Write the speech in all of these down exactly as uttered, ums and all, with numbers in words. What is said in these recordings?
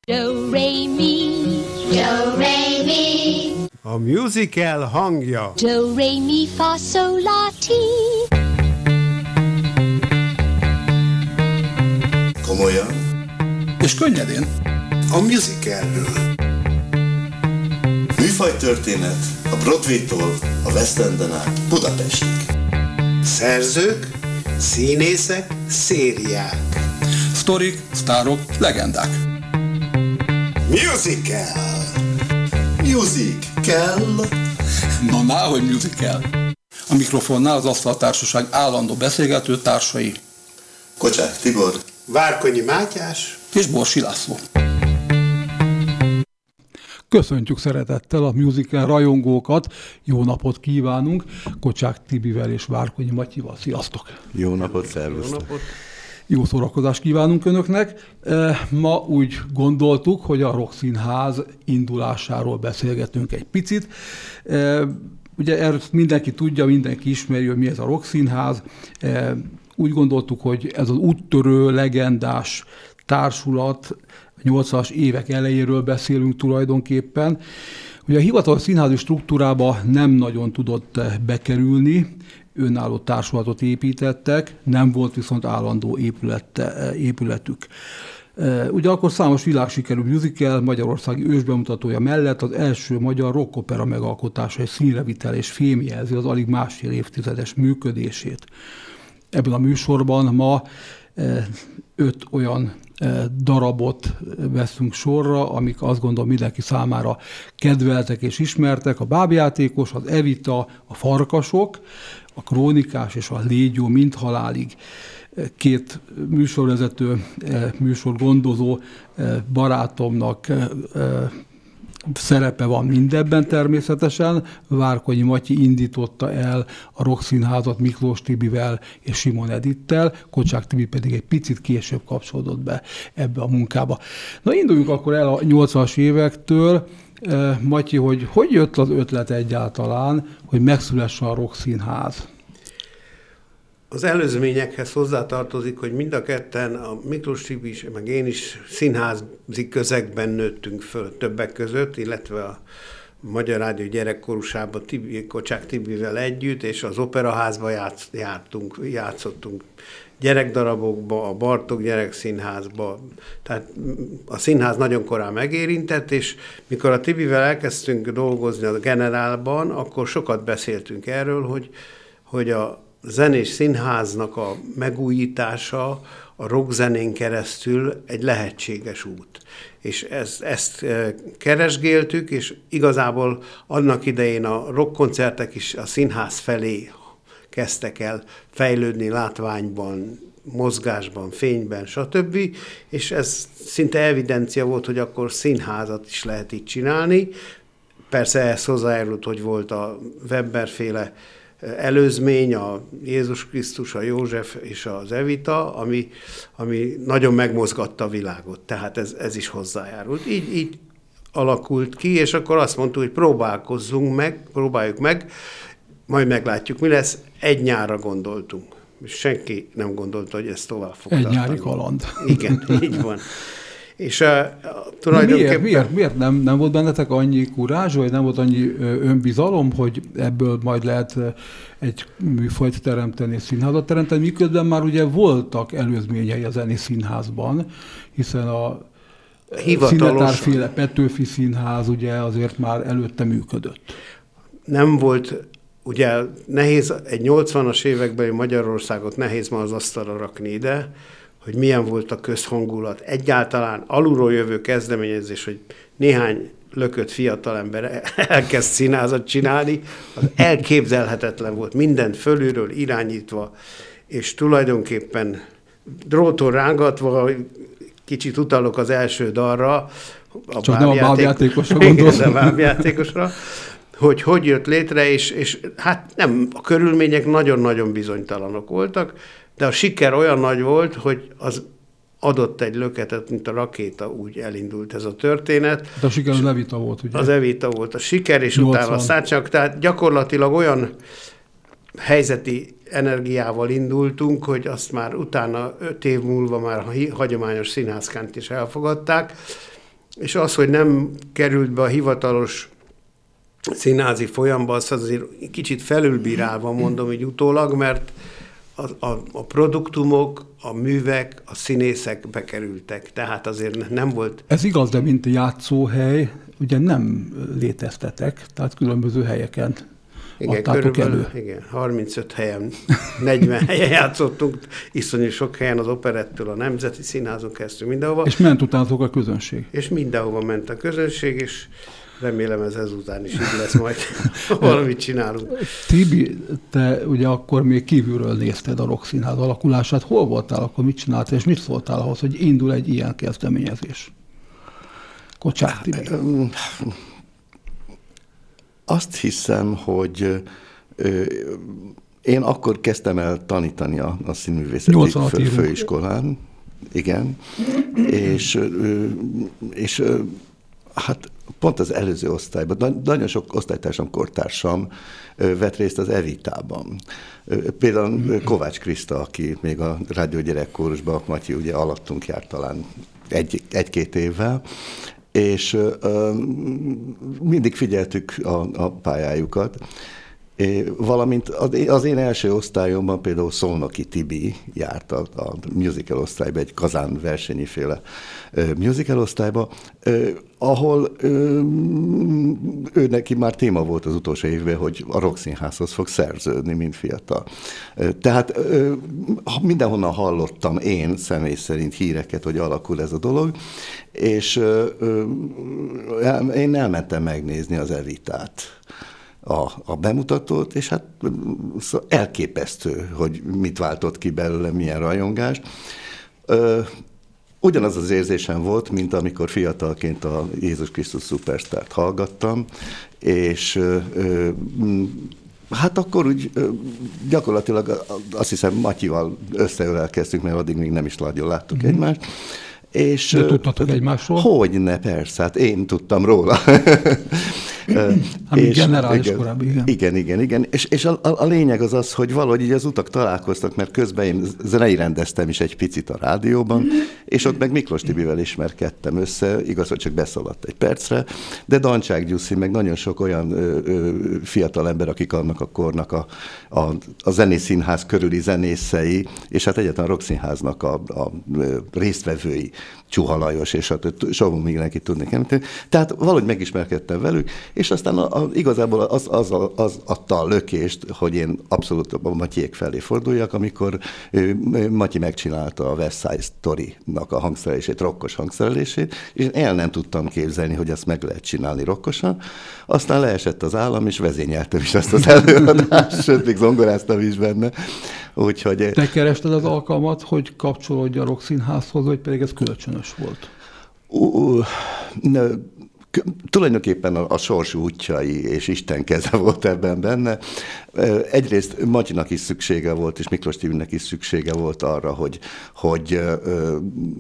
Do, re, mi, do, re, mi. A musical hangja. Do, re, mi, fa, sol, la, ti. Komolyan és könnyedén. a musicalről. Műfajtörténet a Broadway-tól a West Enden át Budapestig. Szerzők, színészek, szériák. Sztorik, sztárok, legendák. Musical! Music kell. Na, náhogy musical. A mikrofonnál az Asztaltársaság állandó beszélgető társai Kocsák Tibor, Várkonyi Mátyás és Borsi László. Köszöntjük szeretettel a musical rajongókat, jó napot kívánunk, Kocsák Tibivel és Várkonyi Matyival. Sziasztok! Jó napot, szervusztok! Jó napot. Jó szórakozást kívánunk Önöknek. Ma úgy gondoltuk, hogy a Rock Színház indulásáról beszélgetünk egy picit. Ugye ezt mindenki tudja, mindenki ismeri, hogy mi ez a Rock Színház. Úgy gondoltuk, hogy ez az úttörő, legendás társulat, nyolcvanas évek elejéről beszélünk tulajdonképpen. Ugye a hivatalos színházi struktúrába nem nagyon tudott bekerülni, önálló társulatot építettek, nem volt viszont állandó épülete, épületük. Ugyanakkor számos világsikerű musical Magyarországi ősbemutatója mellett az első magyar rockopera megalkotása, egy színrevitel és fémjelzi az alig másfél évtizedes működését. Ebben a műsorban ma öt olyan darabot veszünk sorra, amik azt gondolom mindenki számára kedveltek és ismertek. A Bábjátékos, az Evita, a Farkasok, a Krónikás és a Légyó mind halálig. Két műsorvezető, műsorgondozó barátomnak szerepe van mindebben természetesen. Várkonyi Matyi indította el a Rock Színházat Miklós Tibivel és Simon Edittel, Kocsák Tibi pedig egy picit később kapcsolódott be ebbe a munkába. Na, induljunk akkor el a nyolcvanas évektől. Matyi, hogy hogy jött az ötlet egyáltalán, hogy megszülessen a Rock Színház? Az előzményekhez hozzátartozik, hogy mind a ketten, a Miklós Tibi is, meg én is színházi közegben nőttünk föl többek között, illetve a Magyar Rádió gyerekkorúsában Tibi, Kocsák Tibivel együtt, és az Operaházba játsz, jártunk, játszottunk gyerekdarabokba, a Bartók Gyerekszínházba. Tehát a színház nagyon korán megérintett, és mikor a Tibivel elkezdtünk dolgozni a Generálban, akkor sokat beszéltünk erről, hogy, hogy a zenés színháznak a megújítása a rockzenén keresztül egy lehetséges út. És ezt, ezt keresgéltük, és igazából annak idején a rockkoncertek is a színház felé kezdtek el fejlődni látványban, mozgásban, fényben, stb. És ez szinte evidencia volt, hogy akkor színházat is lehet így csinálni. Persze ehhez hozzájárult, hogy volt a Weber-féle előzmény, a Jézus Krisztus, a József és az Evita, ami, ami nagyon megmozgatta a világot. Tehát ez, ez is hozzájárult. Így, így alakult ki, és akkor azt mondtuk, hogy próbálkozzunk meg, próbáljuk meg, majd meglátjuk, mi lesz. Egy nyárra gondoltunk. Senki nem gondolta, hogy ez tovább fog Egy tartani. nyári kaland. Igen, így van. És uh, tulajdonképpen... Miért, miért, miért nem, nem volt bennetek annyi kurázs, vagy nem volt annyi önbizalom, hogy ebből majd lehet egy műfajt teremteni, színházat teremteni, miközben már ugye voltak előzményei a zenés színházban, hiszen a Szinetárféle Petőfi Színház ugye azért már előtte működött. Nem volt, ugye nehéz, egy nyolcvanas évekbeli Magyarországot nehéz ma az asztalra rakni ide, hogy milyen volt a közhangulat. Egyáltalán alulról jövő kezdeményezés, hogy néhány lökött fiatalember elkezd színházat csinálni, az elképzelhetetlen volt, mindent fölülről irányítva, és tulajdonképpen dróton rángatva, kicsit utalok az első dalra, a Csak nem a bábjátékosra gondolsz. A bábjátékosra, hogy hogy jött létre, és, és hát nem, a körülmények nagyon-nagyon bizonytalanok voltak, de a siker olyan nagy volt, hogy az adott egy löketet, mint a rakéta, úgy elindult ez a történet. De a siker az Evita volt, ugye? Az Evita volt a siker, és nyolcvan utána a Szácsak, tehát gyakorlatilag olyan helyzeti energiával indultunk, hogy azt már utána öt év múlva már a hagyományos színházként is elfogadták, és az, hogy nem került be a hivatalos színházi folyamba, az azért kicsit felülbírálva mondom így utólag, mert a, a, a produktumok, a művek, a színészek bekerültek, tehát azért nem volt... Ez igaz, de mint játszóhely, ugye nem léteztetek, tehát különböző helyeken igen, körülbelül, elő. Igen, harmincöt helyen, negyven helyen játszottunk, iszonyú sok helyen az Operettől, a Nemzeti Színházon keresztül, mindenhova. És ment utántok a közönség. És mindenhova ment a közönség, és remélem ez ezután is így lesz majd, valamit csinálunk. Tibi, te ugye akkor még kívülről nézted a Rock Színház alakulását. Hol voltál akkor, mit csináltál, és mit szóltál ahhoz, hogy indul egy ilyen kezdeményezés? Kocsák Tibi. Azt hiszem, hogy ö, én akkor kezdtem el tanítani a, a színművészeti fő, főiskolán. Igen. És, ö, és ö, hát pont az előző osztályban, nagyon sok osztálytársam, kortársam vett részt az Evitában. Például Kovács Kriszta, aki még a Rádió Gyerekkórusban, Matyi ugye alattunk járt talán egy, egy-két évvel, és uh, mindig figyeltük a, a pályájukat, é, valamint az én első osztályomban például Szolnoki Tibi járt a, a musical osztályba, egy Kazán versenyiféle uh, musical osztályba, uh, ahol uh, ő neki már téma volt az utolsó évben, hogy a Rock Színházhoz fog szerződni, mint fiatal. Uh, tehát uh, mindenhonnan hallottam én személy szerint híreket, hogy alakul ez a dolog, és uh, uh, én elmentem megnézni az Evitát, a, a bemutatót, és hát szóval elképesztő, hogy mit váltott ki belőle, milyen rajongást. Ö, ugyanaz az érzésem volt, mint amikor fiatalként a Jézus Krisztus Szupersztárt hallgattam, és ö, ö, hát akkor úgy ö, gyakorlatilag azt hiszem Matyival összeölelkeztünk, mert addig még nem is nagyon láttuk mm. egymást. És, de tudtatok egymásról? Hogyne, persze, hát én tudtam róla. Hát és, generális igen, korábban, igen. Igen, igen, igen. És, és a, a lényeg az az, hogy valahogy így az utak találkoztak, mert közben én zenei rendeztem is egy picit a rádióban, és ott meg Miklós Tibivel ismerkedtem össze, igaz, hogy csak beszaladt egy percre, de Dancsák Gyuszi, meg nagyon sok olyan ö, ö, fiatal ember, akik annak a kornak a, a, a zenészínház körüli zenészei, és hát egyáltalán a Rock Színháznak a, a, a résztvevői, Csuha Lajos, és sok mindenki tudni kell. Tehát valahogy megismerkedtem velük, és aztán a, a, igazából az, az, az, az adta a lökést, hogy én abszolút a Matyék felé forduljak, amikor ő, Matyi megcsinálta a West Side Story-nak a hangszerelését, rokkos hangszerelését, és én el nem tudtam képzelni, hogy azt meg lehet csinálni rokkosan. Aztán leesett az állam, és vezényeltem is azt az előadást, sőt, még zongoráztam is benne. Úgyhogy... Te kerested az alkalmat, hogy kapcsolódj a Rock Színházhoz, vagy pedig ez kölcsönös volt? Uh, ne, k- tulajdonképpen a, a sors útjai és Isten keze volt ebben benne. Egyrészt Matyinak is szüksége volt, és Miklós Tibinek is szüksége volt arra, hogy, hogy ö,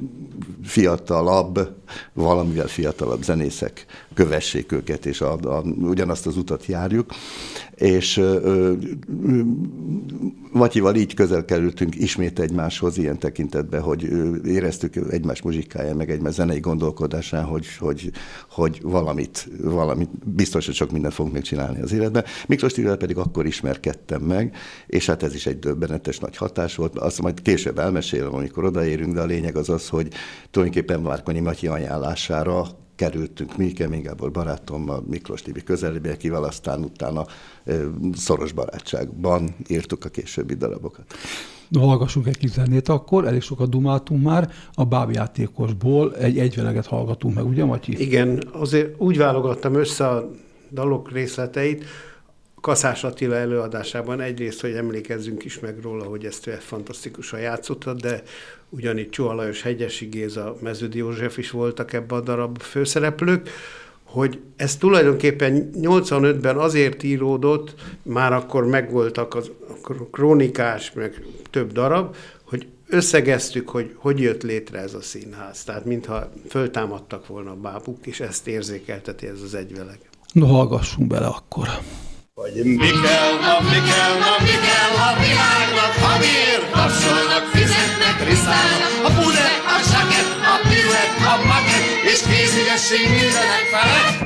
fiatalabb, valamivel fiatalabb zenészek kövessék őket, és a, a, ugyanazt az utat járjuk. És ö, ö, Matyival így közel kerültünk ismét egymáshoz ilyen tekintetben, hogy éreztük egymás muzsikáján, meg egymás zenei gondolkodásán, hogy, hogy, hogy valamit, valamit, biztos, hogy sok mindent fogunk megcsinálni az életben. Miklós Tibivel pedig akkor ismerkedtem meg, és hát ez is egy döbbenetes nagy hatás volt. Azt majd később elmesélem, amikor odaérünk, de a lényeg az az, hogy tulajdonképpen Márkonyi Matyi ajánlására kerültünk mi, Kemény Gábor barátommal, Miklós Tibi közelébe, akivel aztán utána ö, szoros barátságban írtuk a későbbi darabokat. No, hallgassunk egy kis zenét akkor, elég sokat dumáltunk már, a bábjátékosból egy egyveleget hallgatunk meg, ugye Matyi? Igen, azért úgy válogattam össze a dalok részleteit, Kaszás Attila előadásában egyrészt, hogy emlékezzünk is meg róla, hogy ezt fantasztikusan játszottad, de ugyanígy Csuha Lajos, Hegyesi Géza, Meződi József is voltak ebben a darab főszereplők, hogy ez tulajdonképpen nyolcvanötben azért íródott, már akkor megvoltak az, a krónikás, meg több darab, hogy összegeztük, hogy hogy jött létre ez a színház. Tehát mintha föltámadtak volna a bábuk, és ezt érzékelteti ez az egyveleg. No, hallgassunk bele akkor. Hogy mi kell, na, mi kell, na, mi kell a világnak, ha miért tapsolnak, fizetnek, riszálnak, a puder, a zsakett, a piruett, a maket, és kézügyek Égesség mindenek felett!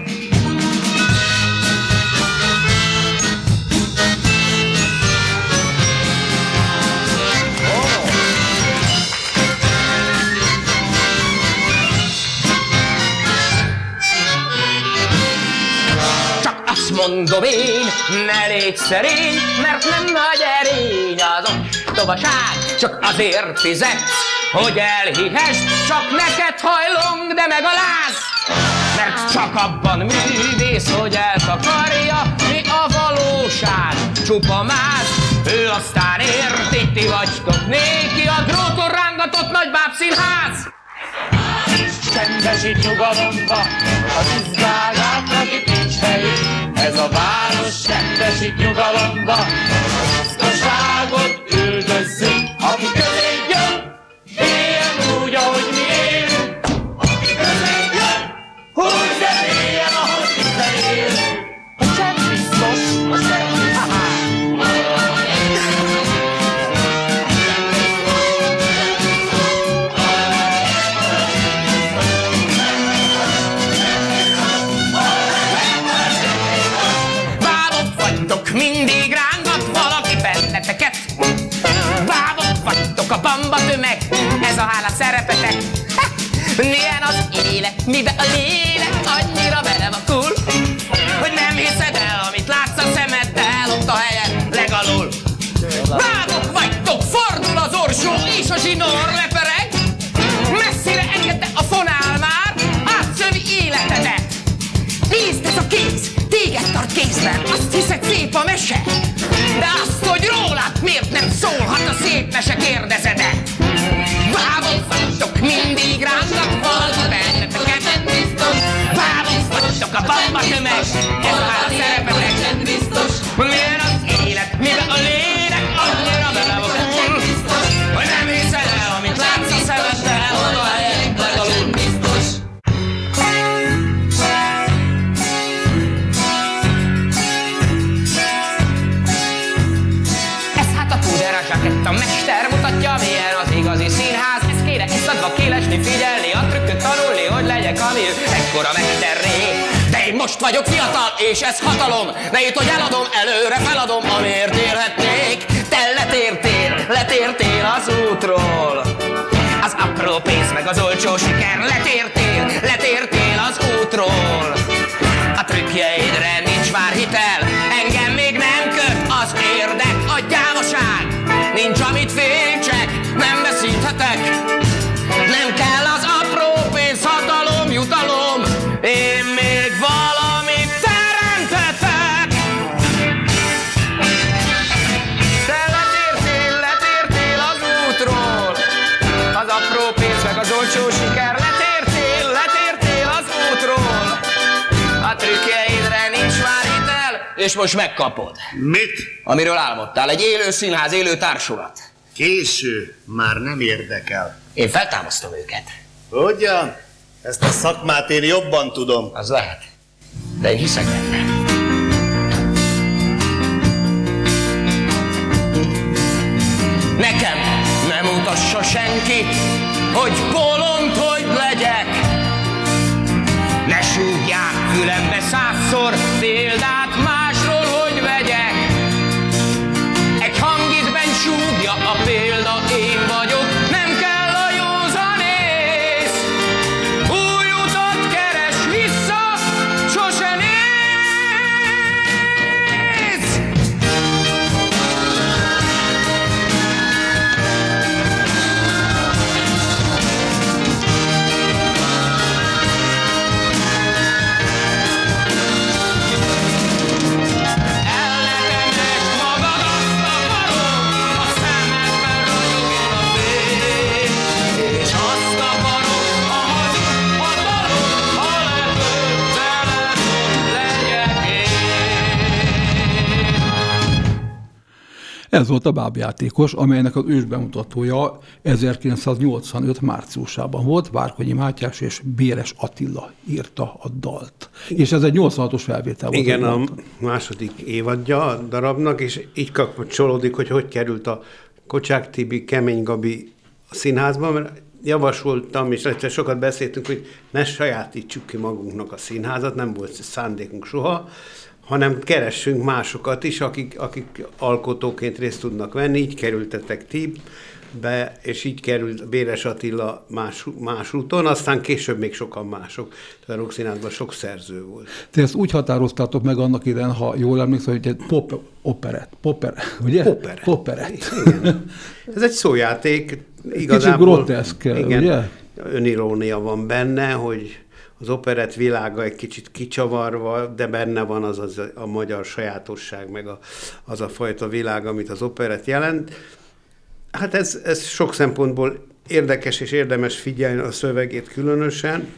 Mondom én, ne légy szerény, mert nem nagy erény az ostobaság. Csak azért fizetsz, hogy elhihesd, csak neked hajlong, de megaláz. Mert csak abban művész, hogy eltakarja, mi a valóság. Csupa máz, ő aztán érti, ti vagytok néki, a dróton rángatott nagybáb színház. Csendesít nyugalomba az izgágáknak itt nincs helyük. Ez a város csendesít nyugalomba, a tisztaságot üldözzük. Aki közénk jön, éljen úgy, ahogy mi élünk. Aki közénk jön, úgy de éljen, ahogy minden élünk. A csend biztos, a csend biztos. Mindig rángat valaki benneteket. Bábok vagytok a bamba tömeg, ez a hála szerepetek. Ha! Milyen az élet, mibe a lélek annyira bele vakul, hogy nem hiszed el, amit látsz a szemeddel ott a helyen legalul. Bábok vagytok, fordul az orsó és a zsinór lepereg. Messzire engedte a fonál már, átszövi életedet. Nézd, ez a kéz, téged tart kézben, azt hiszed szép a mese. De azt, hogy rólad miért nem szólhat a szép mese, kérdezed-e? Bábok vagytok, mindig rángat valaki benneteket. Bábok vagytok, a bamba tömeg, ez a hála szerepetek. Milyen az élet, miben a lélek annyira bele vakul, hogy nem hiszed el, amit látsz a szemeddel, ott a helyen legalul. A mester mutatja, milyen az igazi színház. Ez kére iszadva kélesni, figyelni, a trükköt tanulni, hogy legyek, ami ő ekkora mesterré. De én most vagyok fiatal, és ez hatalom. Ne itt, hogy eladom, előre feladom, amért élhetnék. Te letértél, letértél az útról. Az apró pénz meg az olcsó siker. Letértél, letértél az útról. A trükkjeidre nincs már hitel, engem még nem köt az érdek, a gyávaság. Nincs, amit féltsek, nem veszíthetek. Nem kell az apró pénz, hatalom, jutalom. Én még valamit teremthetek. Te letértél, letértél az útról. Az apró pénz meg az olcsó siker. Letértél, letértél az útról. A trükkjeidre nincs már hitel, és most megkapod. Mit? Amiről álmodtál, egy élő színház, élő társulat. Késő, már nem érdekel. Én feltámasztom őket. Ugyan? Ezt a szakmát én jobban tudom. Az lehet, de én hiszek benne. Nekem nem utassa senki, hogy bolond, hogy legyek. Ne súgják fülembe százszor példát másról, hogy vegyek. Egy hangidben súgja a példa, én vagyok, nem kell a józanész. Új utat keres vissza, sose néz. Ez volt a Bábjátékos, amelynek az ősbemutatója ezerkilencszáznyolcvanöt márciusában volt. Várkonyi Mátyás és Béres Attila írta a dalt. És ez egy nyolcvanhatos felvétel volt. Igen, a második évadja a darabnak, és így kapcsolódik, hogy hogy került a Kocsák Tibi, Kemény Gabi a színházba, mert javasoltam, és egyszer sokat beszéltünk, hogy ne sajátítsuk ki magunknak a színházat, nem volt szándékunk soha, hanem keressünk másokat is, akik, akik alkotóként részt tudnak venni. Így kerültetek ti be, és így került Béres Attila más, más úton, aztán később még sokan mások. Tehát a Rokszínházban sok szerző volt. Te ezt úgy határoztátok meg annak idején, ha jól emlékszem, hogy egy pop operett, popper, ugye? Poperet. Poperet. Igen. Ez egy szójáték. Igazából, kicsit groteszk, igen, ugye? Önirónia van benne, hogy az operett világa egy kicsit kicsavarva, de benne van az, az a magyar sajátosság, meg a, az a fajta világ, amit az operett jelent. Hát ez, ez sok szempontból érdekes és érdemes figyelni a szövegét különösen,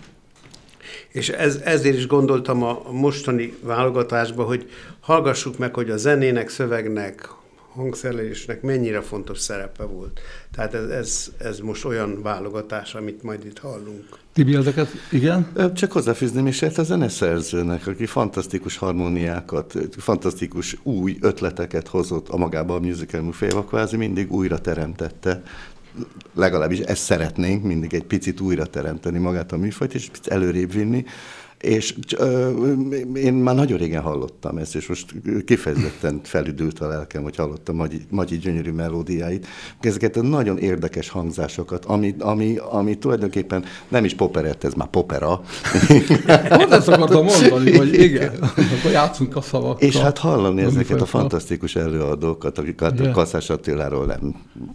és ez, ezért is gondoltam a mostani válogatásban, hogy hallgassuk meg, hogy a zenének, szövegnek, hangszerelésnek mennyire fontos szerepe volt. Tehát ez, ez, ez most olyan válogatás, amit majd itt hallunk. Tibi, ezeket, igen? Csak hozzáfűzném is a zeneszerzőnek, aki fantasztikus harmóniákat, fantasztikus új ötleteket hozott a magába a musical műfajba, kvázi mindig újra teremtette. Legalábbis ezt szeretnénk, mindig egy picit újra teremteni magát a műfajt, és picit előrébb vinni. És ö, én már nagyon régen hallottam ezt, és most kifejezetten felüdült a lelkem, hogy hallottam Magyi, Magyi gyönyörű melódiáit. Ezeket a nagyon érdekes hangzásokat, ami, ami, ami tulajdonképpen nem is poperett, ez már popera. Pont ezt akartam mondani, hogy igen, akkor játszunk a szavakkal. És hát hallani ezeket a fantasztikus előadókat, akiket yeah. Kaszás Attiláról nem,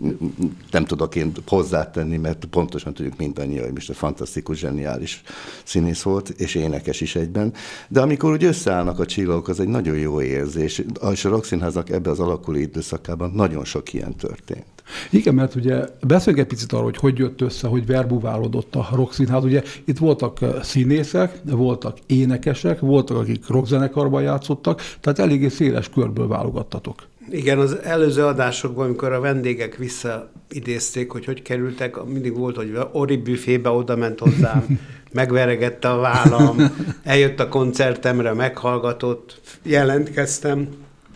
nem tudok én hozzátenni, mert pontosan tudjuk mindannyian, hogy most a fantasztikus, zseniális színész volt, és énekes is egyben. De amikor úgy összeállnak a csillagok, az egy nagyon jó érzés. És a Rokszínháznak ebbe az alakuló időszakában nagyon sok ilyen történt. Igen, mert ugye beszéljünk egy picit arról, hogy hogy jött össze, hogy verbuválódott a Rokszínház. Ugye itt voltak színészek, voltak énekesek, voltak, akik rockzenekarban játszottak, tehát eléggé széles körből válogattatok. Igen, az előző adásokban, amikor a vendégek visszaidézték, hogy hogy kerültek, mindig volt, hogy Ori büfébe oda ment hozzám, megveregette a vállam, eljött a koncertemre, meghallgatott, jelentkeztem.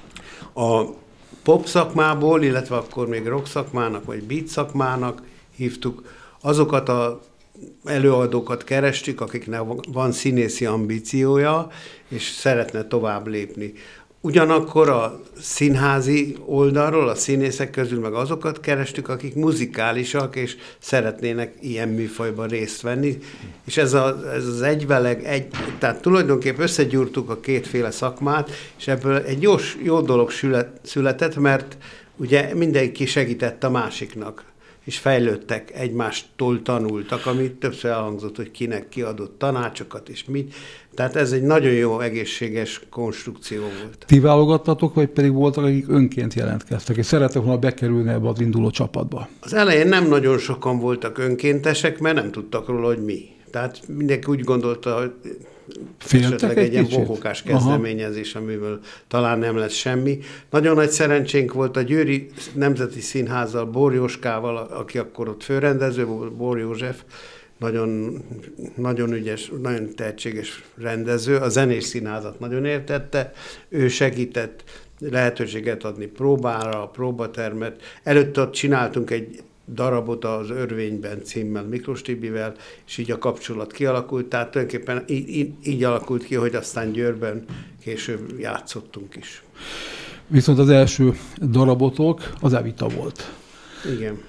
A pop szakmából, illetve akkor még rock szakmának, vagy beat szakmának hívtuk, azokat a előadókat kerestük, akiknek van színészi ambíciója, és szeretne tovább lépni. Ugyanakkor a színházi oldalról, a színészek közül meg azokat kerestük, akik muzikálisak, és szeretnének ilyen műfajban részt venni. És ez, a, ez az egyveleg, egy, tehát tulajdonképpen összegyúrtuk a kétféle szakmát, és ebből egy jó, jó dolog született, mert ugye mindenki segített a másiknak, és fejlődtek, egymástól tanultak, amit többször elhangzott, hogy kinek kiadott tanácsokat, és mit. Tehát ez egy nagyon jó, egészséges konstrukció volt. Ti válogattatok, vagy pedig voltak, akik önként jelentkeztek, és szerettek volna bekerülni ebbe az induló csapatba? Az elején nem nagyon sokan voltak önkéntesek, mert nem tudtak róla, hogy mi. Tehát mindenki úgy gondolta, hogy féltek esetleg egy, egy ilyen kicsit? bohókás kezdeményezés, Aha. amiből talán nem lesz semmi. Nagyon nagy szerencsénk volt a Győri Nemzeti Színházzal, Bór Jóskával, aki akkor ott főrendező volt, Bór József, nagyon, nagyon ügyes, nagyon tehetséges rendező, a zenés színházat nagyon értette, ő segített lehetőséget adni próbára, a próbatermet. Előtte ott csináltunk egy darabot az Örvényben címmel Miklós Tibivel, és így a kapcsolat kialakult, tehát tulajdonképpen így, így, így alakult ki, hogy aztán Győrben később játszottunk is. Viszont az első darabotok az Evita volt. Igen.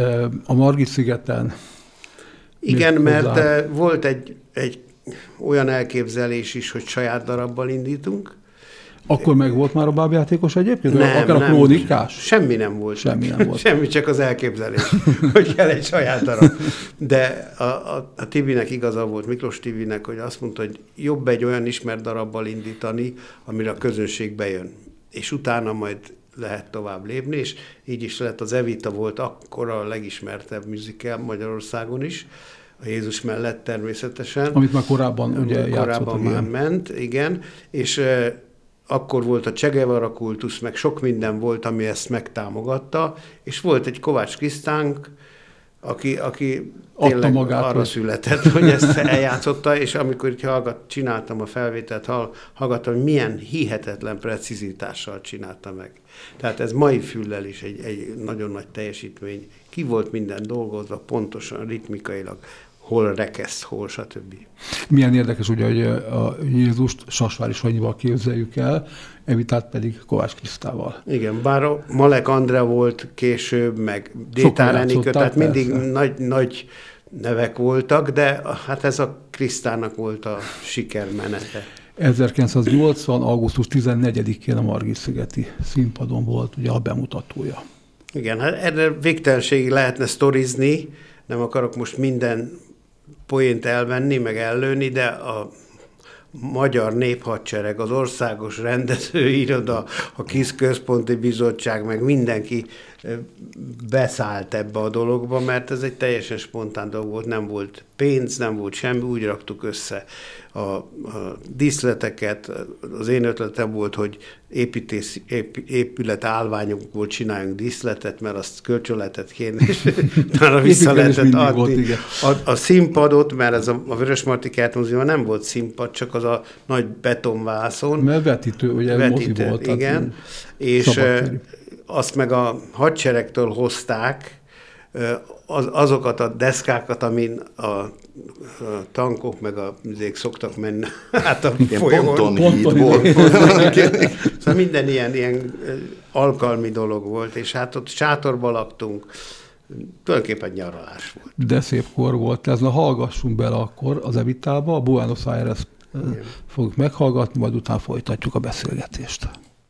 A Margit-szigeten. Igen, mert hozzá... volt egy, egy olyan elképzelés is, hogy saját darabbal indítunk. Akkor meg volt már a bábjátékos egyébként? Nem, akár a nem. krónikás? Semmi nem volt. Semmi nem volt. Semmi, csak az elképzelés, hogy kell egy saját darab. De a, a, a Tibinek igaza volt, Miklós Tibinek, hogy azt mondta, hogy jobb egy olyan ismert darabbal indítani, amire a közönség bejön. És utána majd lehet tovább lépni, és így is lett. Az Evita volt akkor a legismertebb musical Magyarországon is, a Jézus mellett természetesen. Amit már korábban ugye játszottunk. Korábban már ment, igen, és e, akkor volt a Che Guevara kultusz, meg sok minden volt, ami ezt megtámogatta, és volt egy Kovács Krisztánk, aki, aki tényleg magát, arra hogy... született, hogy ezt eljátszotta, és amikor így hallgat, csináltam a felvételt, hallgattam, hogy milyen hihetetlen precizitással csinálta meg. Tehát ez mai füllel is egy, egy nagyon nagy teljesítmény. Ki volt minden dolgozva, pontosan, ritmikailag, hol rekesz, hol, stb. Milyen érdekes, ugye, hogy a Jézust Sasvári Sanyival képzeljük el, Evitát pedig Kovács Krisztával. Igen, bár a Malek Andrea volt később, meg Détár Enikő, tehát mindig nagy, nagy nevek voltak, de hát ez a Krisztának volt a sikermenete. ezerkilencszáznyolcvan. augusztus tizennegyedikén a Margit-szigeti színpadon volt ugye a bemutatója. Igen, hát erre végtelenségig lehetne sztorizni, nem akarok most minden poént elvenni, meg ellőni, de a Magyar Néphadsereg, az Országos Rendezőiroda, a Kis Központi Bizottság, meg mindenki beszállt ebbe a dologba, mert ez egy teljesen spontán dolog volt, nem volt pénz, nem volt semmi, úgy raktuk össze a, a díszleteket. Az én ötletem volt, hogy építés, ép, épület állványokból csináljunk díszletet, mert azt kölcsön lehetett kérni, és talán vissza lehetett adni. Volt, a, a színpadot, mert ez a, a Vörösmarty Kertmúzeumban nem volt színpad, csak az a nagy betonvászon. Mert vetítő, ugye vetítő, mozi volt. Igen, és azt meg a hadseregtől hozták, az, azokat a deszkákat, amin a, a tankok meg a műzék szoktak menni. Hát a folyamon. Szóval minden ilyen, ilyen alkalmi dolog volt, és hát ott sátorba laktunk, tulajdonképpen nyaralás volt. De szép kor volt ez. Na, hallgassunk bele akkor az Evitába, a Buenos Aires fogjuk meghallgatni, majd utána folytatjuk a beszélgetést.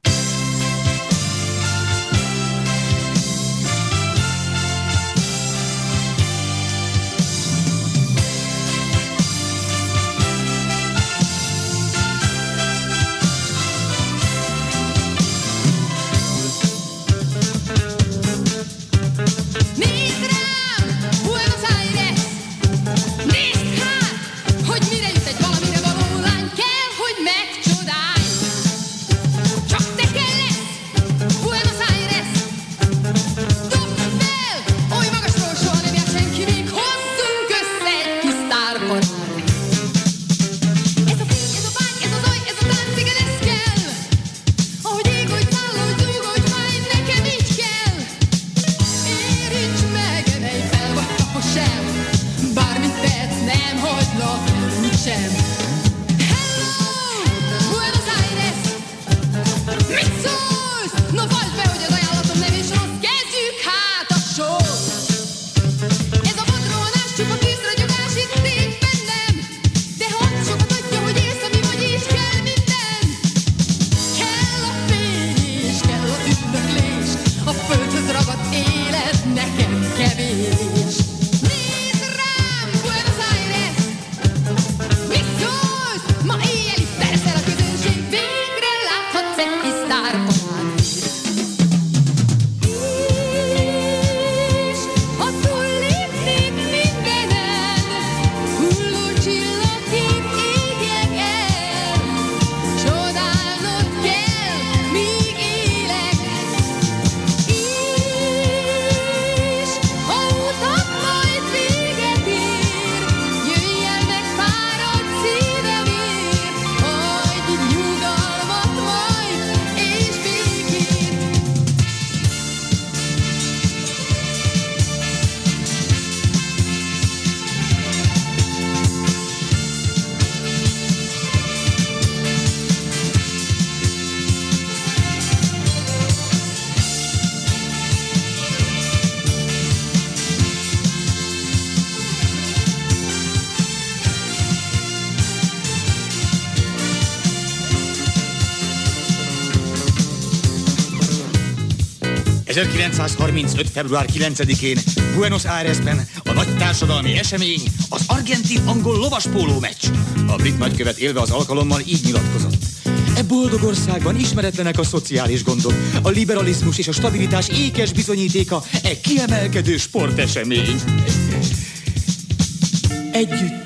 ezerkilencszázharmincöt. február kilencedikén Buenos Airesben a nagy társadalmi esemény az argentin-angol lovaspóló meccs. A brit nagykövet élve az alkalommal így nyilatkozott. E boldog országban ismeretlenek a szociális gondok, a liberalizmus és a stabilitás ékes bizonyítéka e kiemelkedő sportesemény. Együtt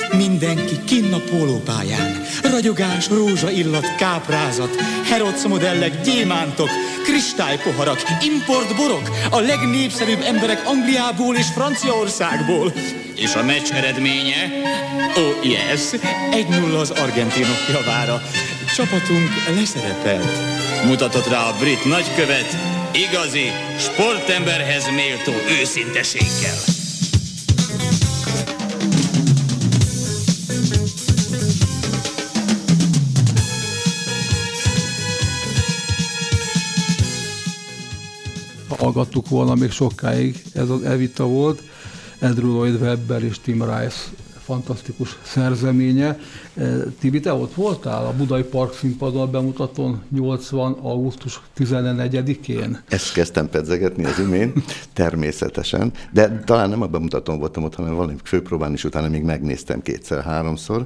mindenki kinn a pólópályán. Ragyogás, rózsa illat, káprázat, Herodsz modellek, gyémántok, kristálypoharak, importborok, a legnépszerűbb emberek Angliából és Franciaországból. És a meccs eredménye? Oh yes, egy nulla az argentinok javára. Csapatunk leszerepelt. Mutatott rá a brit nagykövet igazi, sportemberhez méltó őszinteséggel. Hallgattuk volna még sokáig, ez az Evita volt, Andrew Lloyd Webber és Tim Rice fantasztikus szerzeménye. Tibi, te ott voltál a Budai Park színpadon bemutatón nyolcvan. augusztus tizennegyedikén? Ezt kezdtem pedzegetni az imént, természetesen, de talán nem a bemutatón voltam ott, hanem valami főpróbán is utána még megnéztem kétszer-háromszor.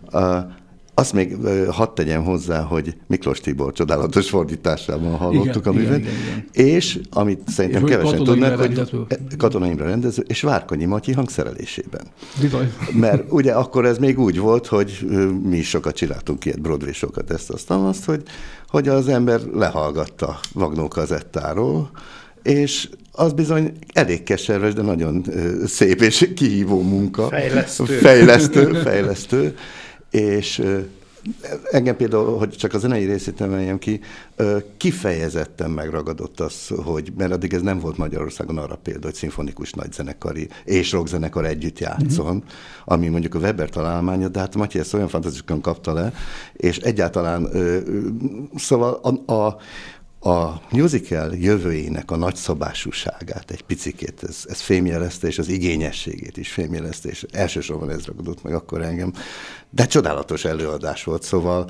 Azt még hadd tegyem hozzá, hogy Miklós Tibor csodálatos fordításában hallottuk igen, a művet, igen, igen, igen. És amit szerintem és kevesen tudnak, hogy Katona Imre rendező, és Várkonyi Matyi hangszerelésében. Bizony. Mert ugye akkor ez még úgy volt, hogy mi is sokat csináltunk ilyet, Broadway sokat, ezt aztán azt, hogy, hogy az ember lehallgatta Vagnó kazettáról, és az bizony elég keserves, de nagyon szép és kihívó munka. Fejlesztő. Fejlesztő, fejlesztő. És engem például, hogy csak a zenei részét emeljem ki, kifejezetten megragadott az, hogy, mert addig ez nem volt Magyarországon arra példa, hogy szimfonikus nagyzenekari és rockzenekar együtt játszon, uh-huh. ami mondjuk a Weber találmánya, de hát Matyi ezt olyan fantasztikusan kapta le, és egyáltalán szóval a, a A musical jövőjének a nagyszabásúságát egy picikét, ez, ez fémjelezte, és az igényességét is fémjelezte, és elsősorban ez ragadott meg akkor engem. De csodálatos előadás volt, szóval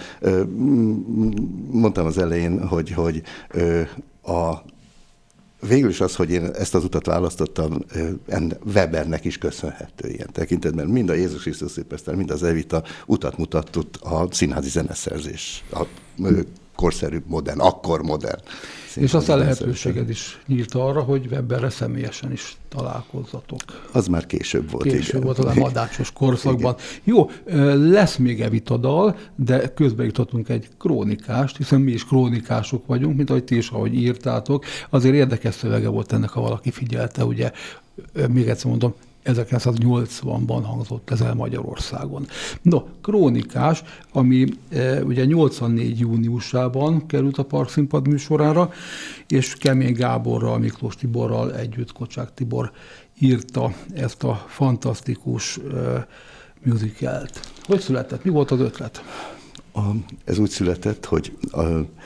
mondtam az elején, hogy, hogy a végül is az, hogy én ezt az utat választottam, Webernek is köszönhető ilyen tekintetben. Mind a Jézus Krisztus Szupersztár, mind az Evita utat mutatott a színházi zeneszerzés, a korszerű, modern, akkor modern. És aztán lehetőséged is nyílt arra, hogy Weberre személyesen is találkozzatok. Az már később volt. Később igen. volt, a madácsos korszakban. Igen. Jó, lesz még Evita dal, de közben jutottunk egy krónikást, hiszen mi is krónikások vagyunk, mint ahogy ti is, ahogy írtátok. Azért érdekes szövege volt ennek, ha valaki figyelte, ugye, még egyszer mondom, ezerkilencszáznyolcvanban hangzott ez el Magyarországon. No, krónikás, ami e, ugye nyolcvannégy júniusában került a Parkszínpad műsorára, és Kemény Gáborral, Miklós Tiborral együtt Kocsák Tibor írta ezt a fantasztikus e, musicalt. Hogy született? Mi volt az ötlet? A, ez úgy született, hogy a,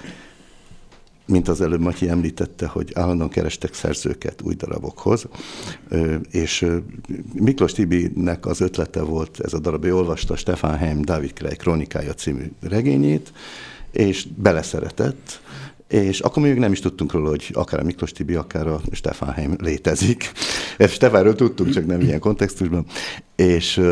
mint az előbb Matyi említette, hogy állandóan kerestek szerzőket új darabokhoz, és Miklós Tibinek az ötlete volt, ez a darab, ő olvasta Stefan Heym Dávid király krónikája című regényét, és beleszeretett, és akkor még nem is tudtunk róla, hogy akár a Miklós Tibi, akár a Stefan Heym létezik. Stefánról tudtunk, csak nem ilyen kontextusban. És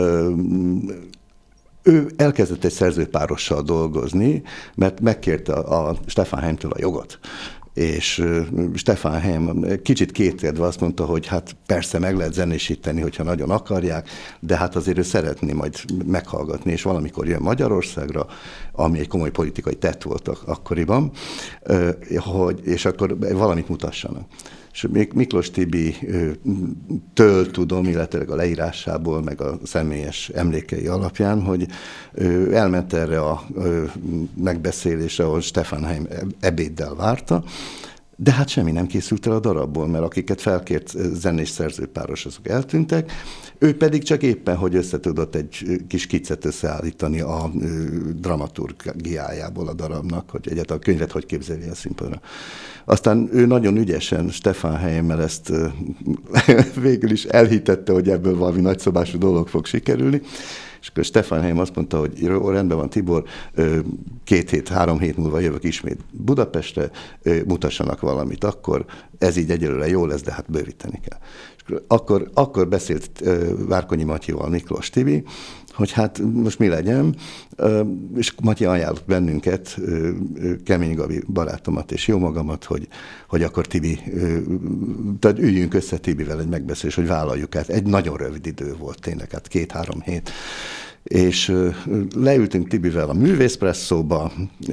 ő elkezdett egy szerzőpárossal dolgozni, mert megkérte a Stefan Heymtől a jogot. És Stefan Heym kicsit kétkedve azt mondta, hogy hát persze meg lehet zenésíteni, hogyha nagyon akarják, de hát azért ő szeretné majd meghallgatni, és valamikor jön Magyarországra, ami egy komoly politikai tett volt akkoriban, hogy, és akkor valamit mutassanak. És Miklós Tibi-től tudom, illetve a leírásából, meg a személyes emlékei alapján, hogy elment erre a megbeszélésre, ahol Stefan Heym ebéddel várta, de hát semmi nem készült el a darabból, mert akiket felkért zenés szerzőpáros, azok eltűntek, ő pedig csak éppen, hogy összetudott egy kis skicet összeállítani a dramaturgiájából a darabnak, hogy egyáltalán a könyvet hogy képzeli a színpadra. Aztán ő nagyon ügyesen Stefan Heymmel ezt végül is elhitette, hogy ebből valami nagyszabású dolog fog sikerülni, és akkor Stefan Heym azt mondta, hogy rendben van, Tibor, két hét, három hét múlva jövök ismét Budapestre, mutassanak valamit, akkor ez így egyelőre jó lesz, de hát bővíteni kell. És akkor, akkor beszélt Várkonyi Matyival Miklós Tibi, hogy hát most mi legyen, és Matyi ajánlott bennünket, Kemény Gabi barátomat és jó magamat, hogy, hogy akkor Tibi, tehát üljünk össze Tibivel egy megbeszélés, hogy vállaljuk át. Egy nagyon rövid idő volt tényleg, hát két-három hét. És leültünk Tibivel a művészpresszóba,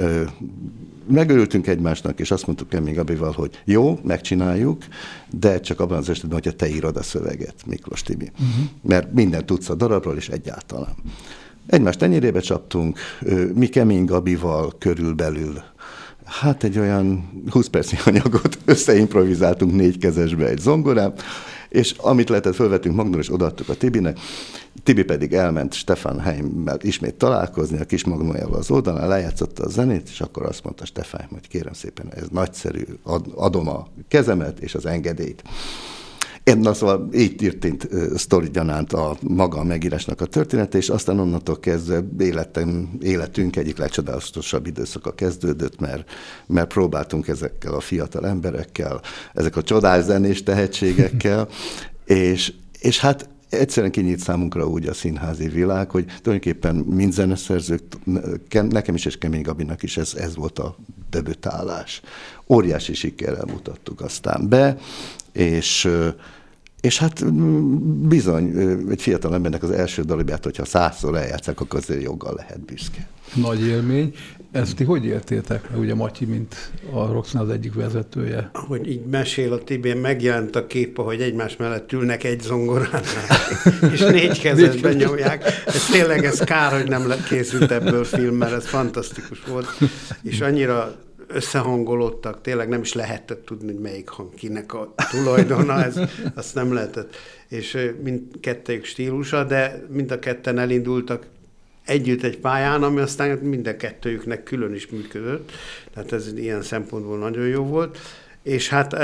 megörültünk egymásnak, és azt mondtuk Kemény Gabival, hogy jó, megcsináljuk, de csak abban az esetben, hogyha te írod a szöveget, Miklós Tibi. Uh-huh. Mert mindent tudsz a darabról, és egyáltalán. Egymás tenyerébe csaptunk, mi Kemény Gabival körülbelül, hát egy olyan húsz percnyi anyagot összeimprovizáltunk négy kezesbe egy zongorán, és amit lehetett, fölvettünk Magnóra, és odaadtuk a Tibinek. Tibi pedig elment Stefan Heimmel ismét találkozni, a kis Magnójával az oldalán, lejátszotta a zenét, és akkor azt mondta Stefan Heim, hogy kérem szépen, ez nagyszerű, ad, adom a kezemet és az engedélyt. Én, na szóval így történt uh, sztori gyanánt a maga a megírásnak a története, és aztán onnantól kezdve életem, életünk egyik legcsodálatosabb időszaka kezdődött, mert, mert próbáltunk ezekkel a fiatal emberekkel, ezek a csodás zenés tehetségekkel, és, és hát egyszerűen kinyílt számunkra úgy a színházi világ, hogy tulajdonképpen mind zeneszerzők, nekem is és Kemény Gabinak is ez, ez volt a debütálás. Óriási sikerrel mutattuk aztán be, és, és hát bizony, egy fiatal embernek az első darabját, hogyha százszor eljátszák, akkor azért joggal lehet büszke. Nagy élmény. Ezt ti hogy éltétek? Ugye Matyi, mint a Roxszínház egyik vezetője. Hogy így mesél a Tibi, megjelent a kép, hogy egymás mellett ülnek egy zongoránál, és négy kezesben nyomják. Ez tényleg, ez kár, hogy nem lett készült ebből film, mert ez fantasztikus volt. És annyira összehangolódtak, tényleg nem is lehetett tudni, hogy melyik hang kinek a tulajdona, ez, azt nem lehetett. És mindkettőjük stílusa, de mind a ketten elindultak együtt egy pályán, ami aztán minden kettőjüknek külön is működött, tehát ez ilyen szempontból nagyon jó volt, és hát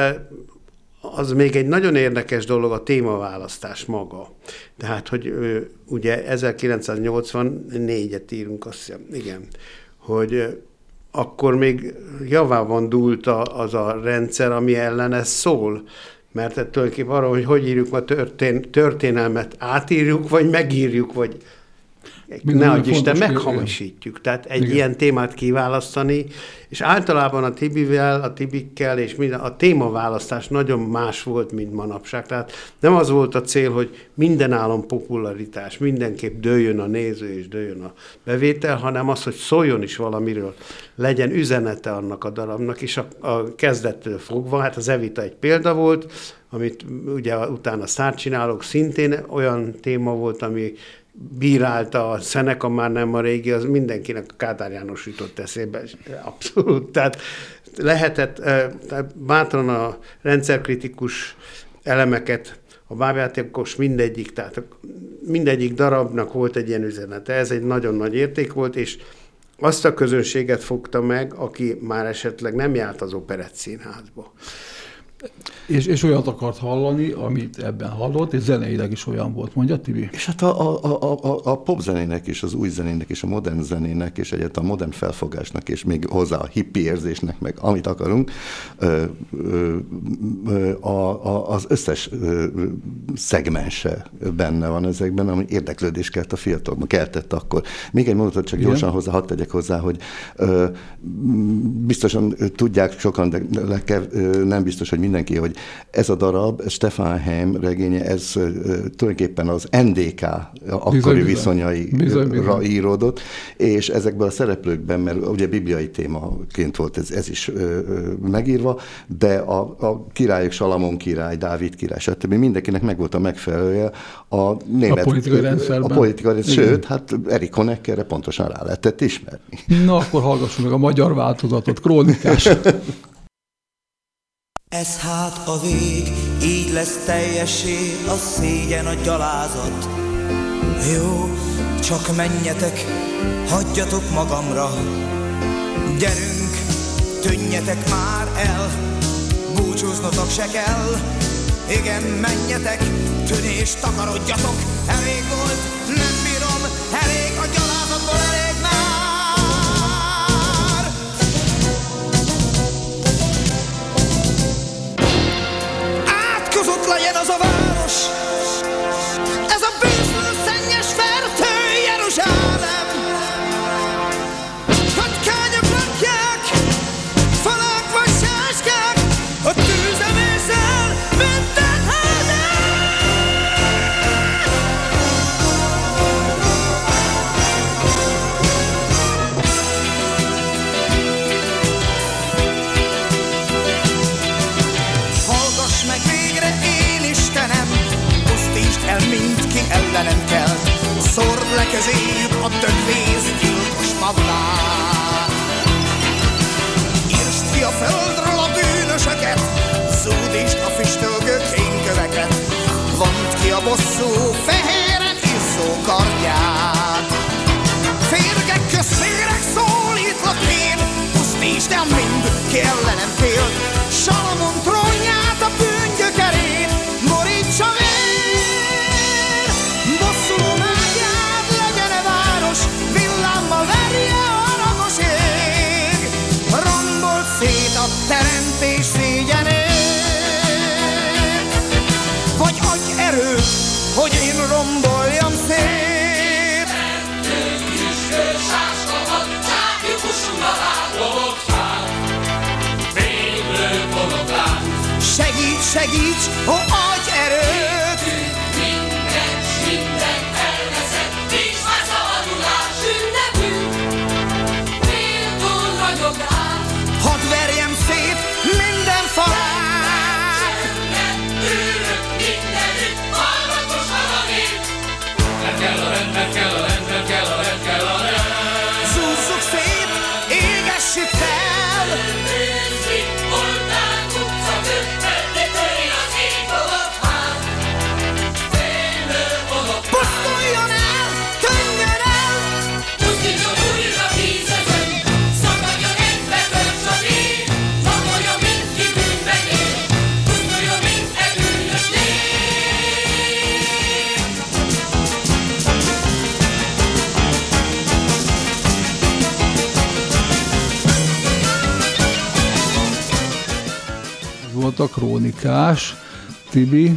az még egy nagyon érdekes dolog a témaválasztás maga. Tehát, hogy ugye ezerkilencszáznyolcvannégyet írunk, azt hiszem, igen, hogy akkor még javában dúlt az a rendszer, ami ellen ez szól, mert tulajdonképpen arra, hogy hogy írjuk a történ- történelmet, átírjuk, vagy megírjuk, vagy ne adj Isten, meghamisítjuk. Tehát egy igen. ilyen témát kiválasztani, és általában a Tibivel, a Tibikkel, és minden, a témaválasztás nagyon más volt, mint manapság. Tehát nem az volt a cél, hogy minden állom popularitás, mindenképp dőljön a néző, és dőljön a bevétel, hanem az, hogy szóljon is valamiről, legyen üzenete annak a darabnak, és a, a kezdettől fogva, hát az Evita egy példa volt, amit ugye utána sztárcsinálók, szintén olyan téma volt, ami bírálta a Szeneka, már nem a régi, az mindenkinek a Kádár János jutott eszébe. Abszolút. Tehát lehetett tehát bátran a rendszerkritikus elemeket, a bábjátékos mindegyik, tehát mindegyik darabnak volt egy ilyen üzenete. Ez egy nagyon nagy érték volt, és azt a közönséget fogta meg, aki már esetleg nem járt az Operett Színházba. És, és olyat akart hallani, amit ebben hallott, és zeneileg is olyan volt, mondja Tibi? És hát a, a, a, a pop zenének és az új zenének és a modern zenének és egyáltalán a modern felfogásnak és még hozzá a hippi érzésnek meg amit akarunk, ö, ö, ö, a, a, az összes ö, szegmense benne van ezekben, ami érdeklődés kelt a fiatalokban, keltett akkor. Még egy mondatot csak gyorsan igen. hozzá, hadd tegyek hozzá, hogy ö, biztosan tudják sokan, de lekev, ö, nem biztos, hogy mindenki, hogy ez a darab, Stefan Heim regénye, ez uh, tulajdonképpen az en dé ká akkori bizony, viszonyaira bizony, bizony. íródott, és ezekben a szereplőkben, mert ugye bibliai témaként volt ez, ez is uh, megírva, de a, a királyok, Salamon király, Dávid király, stb. Mindenkinek megvolt a megfelelője a német... A politikai rendszerben. A politikai rendszer, sőt, hát Erik Honeckerre pontosan rá lehetett ismerni. Na, akkor hallgassuk meg a magyar változatot, krónikás. Ez hát a vég, így lesz teljessé a szégyen, a gyalázat. Jó, csak menjetek, hagyjatok magamra. Gyerünk, tűnjetek már el, búcsúznotok se kell. Igen, menjetek, tűnés takarodjatok. Elég volt, nem bírom, elég a gyalázatból, elég már. Átkozott legyen az a város, ez a bűnből szennyes fertője a bosszú fehéren izzó kardját. Férgek közt féreg szólítlak én, pusztítsd el mind, ki ellenem félt. Salamon trónját a bűngyökerén borítsa vér. Bosszúm ágyát legyen-e város, villámmal verje a haragos ég. Rombolt szét a teremtés szégyenét, vagy adj erőt, hogy én romboljam szét. Mentünk üskő, sáskamat, csákjuk usunkra rád, lobogtál. Fénylő konoplát. Segíts, segíts, ó, adj erőt! Minden, minden elveszett, nincs már szabadulás. Ünnepünk, méltó ragyog rád. Hadd verjem szét minden falát! Nem ülök mindenütt, hallgatosan a nép. Mert kell a rend, mert kell a rend, mert kell a rend, kell a rend. Zúzzuk szét, égessük fel! Nézzük, oltán utca többet, de töri az ég bogothán. Fénylő bogothán. Pusztuljon el, tűnjön el! Pusztítson újra tízezen, szakadjon egybe tölts az ég. Csapoljon mindki bűnben él, pusztuljon mind e bűnös nép. Ez volt a krónikás. Tibi?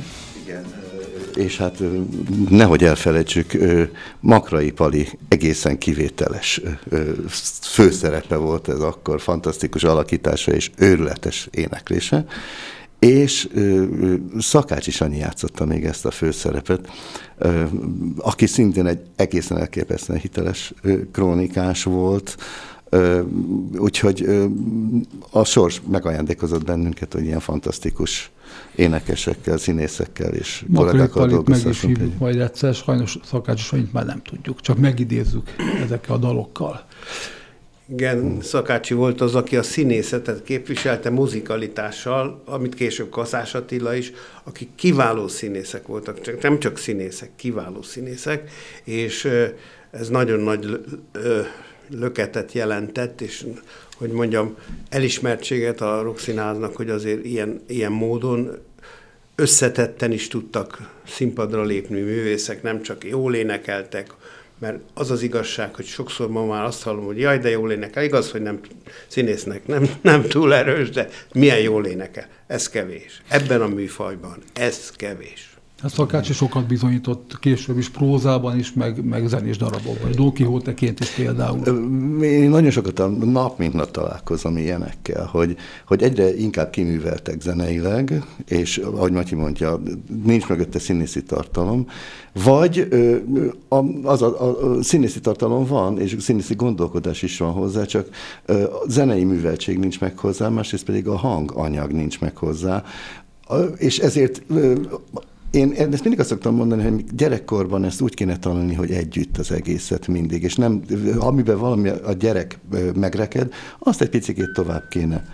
És hát ö, nehogy elfelejtsük, ö, Makrai Pali egészen kivételes ö, főszerepe volt ez akkor, fantasztikus alakítása és őrületes éneklése, és ö, ö, Szakácsi Sanyi játszotta még ezt a főszerepet, ö, aki szintén egy egészen elképesztően hiteles ö, krónikás volt, Ö, úgyhogy ö, a sors megajándékozott bennünket, hogy ilyen fantasztikus énekesekkel, színészekkel és kollégákkal dolgozhassunk. Meg is majd egyszer, sajnos Szakácsi Sanyit már nem tudjuk, csak megidézzük ezekkel a dalokkal. Igen, Szakácsi volt az, aki a színészetet képviselte muzikalitással, amit később Kaszás Attila is, akik kiváló színészek voltak, csak nem csak színészek, kiváló színészek, és ez nagyon nagy löketet jelentett, és hogy mondjam, elismertséget a Rockszínháznak, hogy azért ilyen, ilyen módon összetetten is tudtak színpadra lépni művészek, nem csak jól énekeltek, mert az az igazság, hogy sokszor ma már azt hallom, hogy jaj, de jól énekel, igaz, hogy nem színésznek, nem, nem túl erős, de milyen jól énekel. Ez kevés. Ebben a műfajban ez kevés. A Szakácsi sokat bizonyított később is prózában is, meg, meg zenés darabokban. Don Quixote-ként is például. Én nagyon sokat a nap mint nap találkozom ilyenekkel, hogy, hogy egyre inkább kiműveltek zeneileg, és ahogy Matyi mondja, nincs mögötte színészi tartalom, vagy az a, a, a színészi tartalom van, és színészi gondolkodás is van hozzá, csak a zenei műveltség nincs meg hozzá, másrészt pedig a hanganyag nincs meg hozzá, és ezért én ezt mindig azt szoktam mondani, hogy gyerekkorban ezt úgy kéne tanulni, hogy együtt az egészet mindig, és nem, amiben valami a gyerek megreked, azt egy picit tovább kéne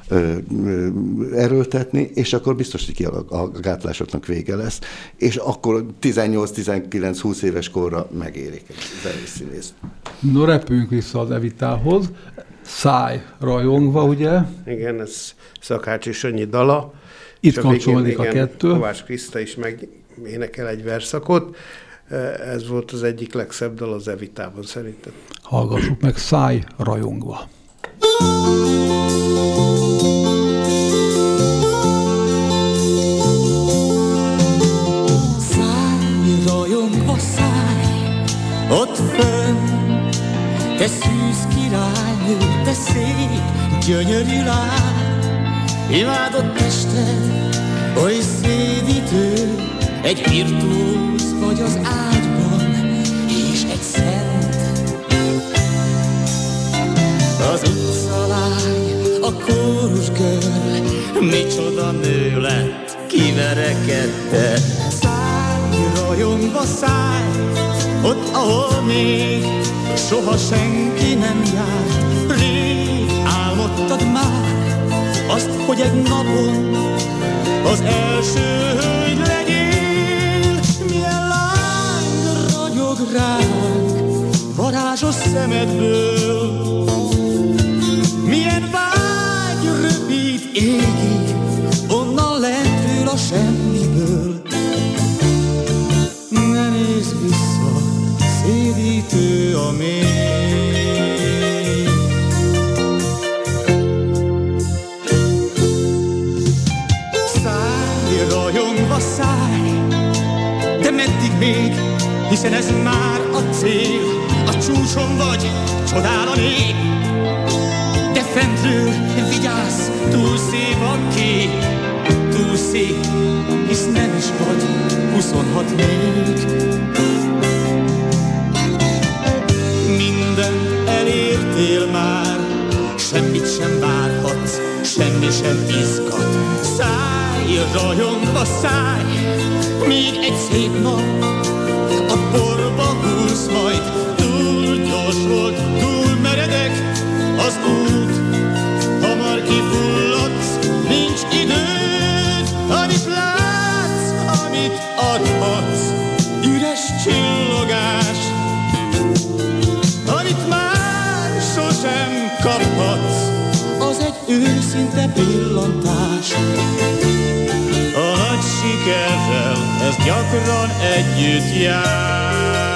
erőltetni, és akkor biztos, hogy a gátlásoknak vége lesz, és akkor tizennyolc-tizenkilenc-húsz éves korra megérik egy zenés színész. No, repüljünk vissza az Evitához. Száj rajongva, ugye? Igen, ez Szakácsi Sanyi dala. Itt kapcsolódik a kettő. Kovács Kriszta is megénekel egy verszakot. Ez volt az egyik legszebb dal az Evitában szerintem. Hallgassuk meg, Száj rajongva. Száj rajongva, száj, ott fönn, te szűz királynő, te szép, gyönyörű lány. Imádott tested, oly szédítő, egy virtuóz vagy az ágyban, és egy szent. Az utcalány, a kórusgörl, micsoda nő lett, kiverekedte. Szállj, rajongva szállj, ott, ahol még soha senki nem járt. Rég álmodtad már azt, hogy egy napon az első hölgy legyél. csillog ránk varázsos szemedből. Milyen vágy röpít égig onnan lentről a semmiből. Ne nézz vissza, szédítő a mély. Szállj, rajongva szállj, de meddig még, hiszen ez már a cél. A csúcson vagy, csodál a nép, de fentről vigyázz, túl szép a kép. Túl szép, hisz nem is vagy huszonhat még. Mindent elértél már, semmit sem várhatsz, semmi sem izgat. Szállj, rajongva szállj, még egy szép nap a porba hullsz majd. Túl gyors volt, túl meredek az út, hamar kifulladsz, nincs időd. Amit látsz, amit adhatsz, üres csillogás, amit már sosem kaphatsz, az egy őszinte pillantás. A nagy sikerrel ez gyakran együtt jár.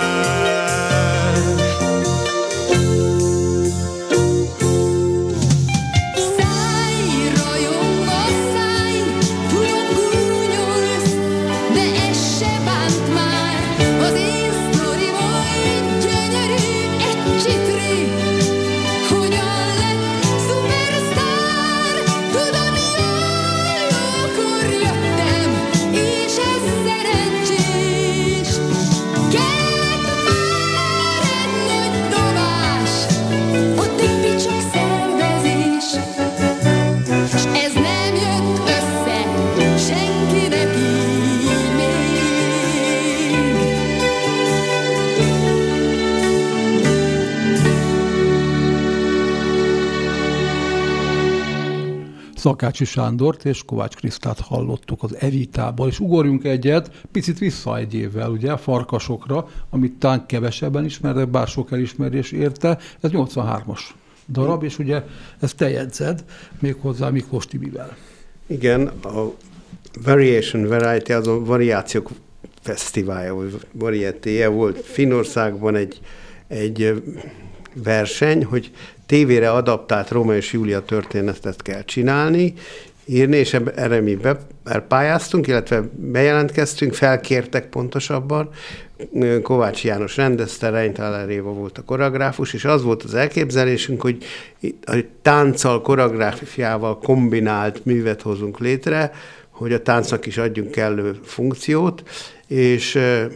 Szakácsi Sándort és Kovács Krisztát hallottuk az Evitából, és ugorjunk egyet, picit vissza egy évvel, ugye, Farkasokra, amit talán kevesebben ismernek, bár sok elismerés érte. Ez nyolcvanhármas darab, és ugye ezt te jegyzed, méghozzá Miklós Tibivel. Igen, a Variation Variety, az a variációk fesztiválja, vagy varietéje volt Finnországban egy, egy verseny, hogy tévére adaptált Rómeó és Júlia történetet kell csinálni, írni, és erre mi bepályáztunk, illetve bejelentkeztünk, felkértek pontosabban. Kovács János rendezte, Reinthaler Éva volt a koreográfus, és az volt az elképzelésünk, hogy a tánccal, koreográfiával kombinált művet hozunk létre, hogy a táncnak is adjunk kellő funkciót, és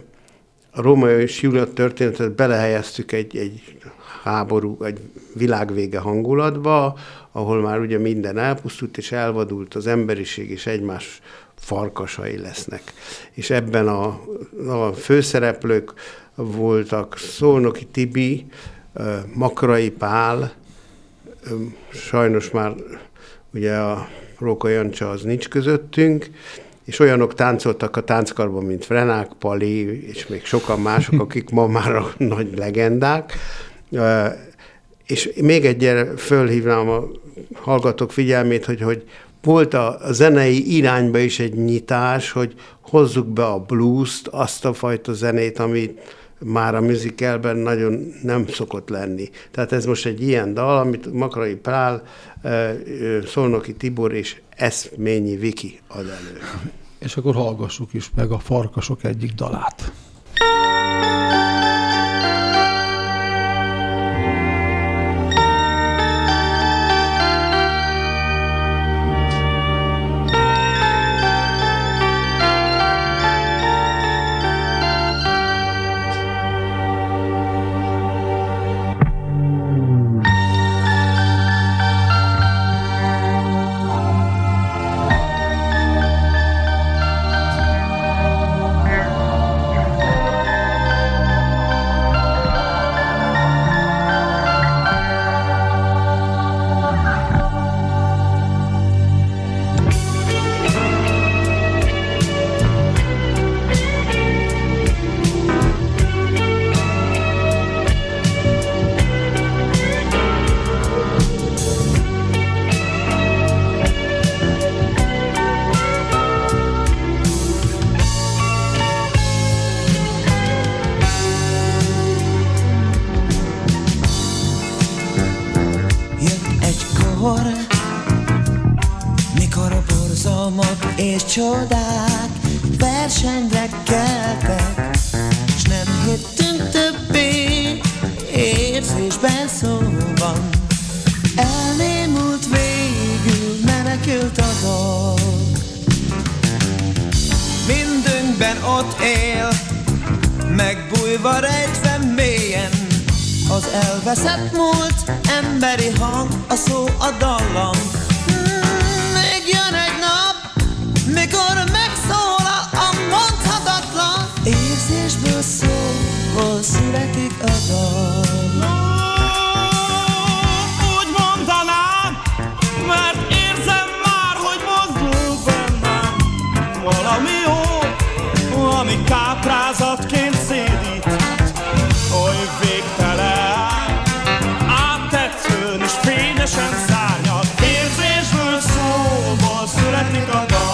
a Rómeó és Júlia történetet belehelyeztük egy, egy háború, egy világvége hangulatba, ahol már ugye minden elpusztult és elvadult, az emberiség és egymás farkasai lesznek. És ebben a, a főszereplők voltak Szolnoki Tibi, Makrai Pál, sajnos már ugye a Róka Jancsa az nincs közöttünk, és olyanok táncoltak a tánckarban, mint Frenák, Pali, és még sokan mások, akik ma már a nagy legendák. Uh, és még egyre fölhívnám a hallgatók figyelmét, hogy, hogy volt a, a zenei irányba is egy nyitás, hogy hozzuk be a blues-t, azt a fajta zenét, amit már a musicalben nagyon nem szokott lenni. Tehát ez most egy ilyen dal, amit Makrai Pál, uh, Szolnoki Tibor és Eszményi Viki ad elő. És akkor hallgassuk is meg a Farkasok egyik dalát. Thank you. akkor, mikor a borzalmak és csodák versenyre keltek, s nem hittünk többé érzésben szóban. Elnémult végül, menekült a dal. Mindünkben ott él, megbújva rejtve mélyen, az elveszett múlt, emberi hang, a szó, a dallam. Hmm, még jön egy nap, mikor megszólal a mondhatatlan, érzésből szóból születik a dal. Úgy mondanám, mert érzem már, hogy mozdul bennem valami jó, ami káprázatként szédít, oly végtelen, áttetszőn és fényesen szárnyal, érzésből szóból születik a dal.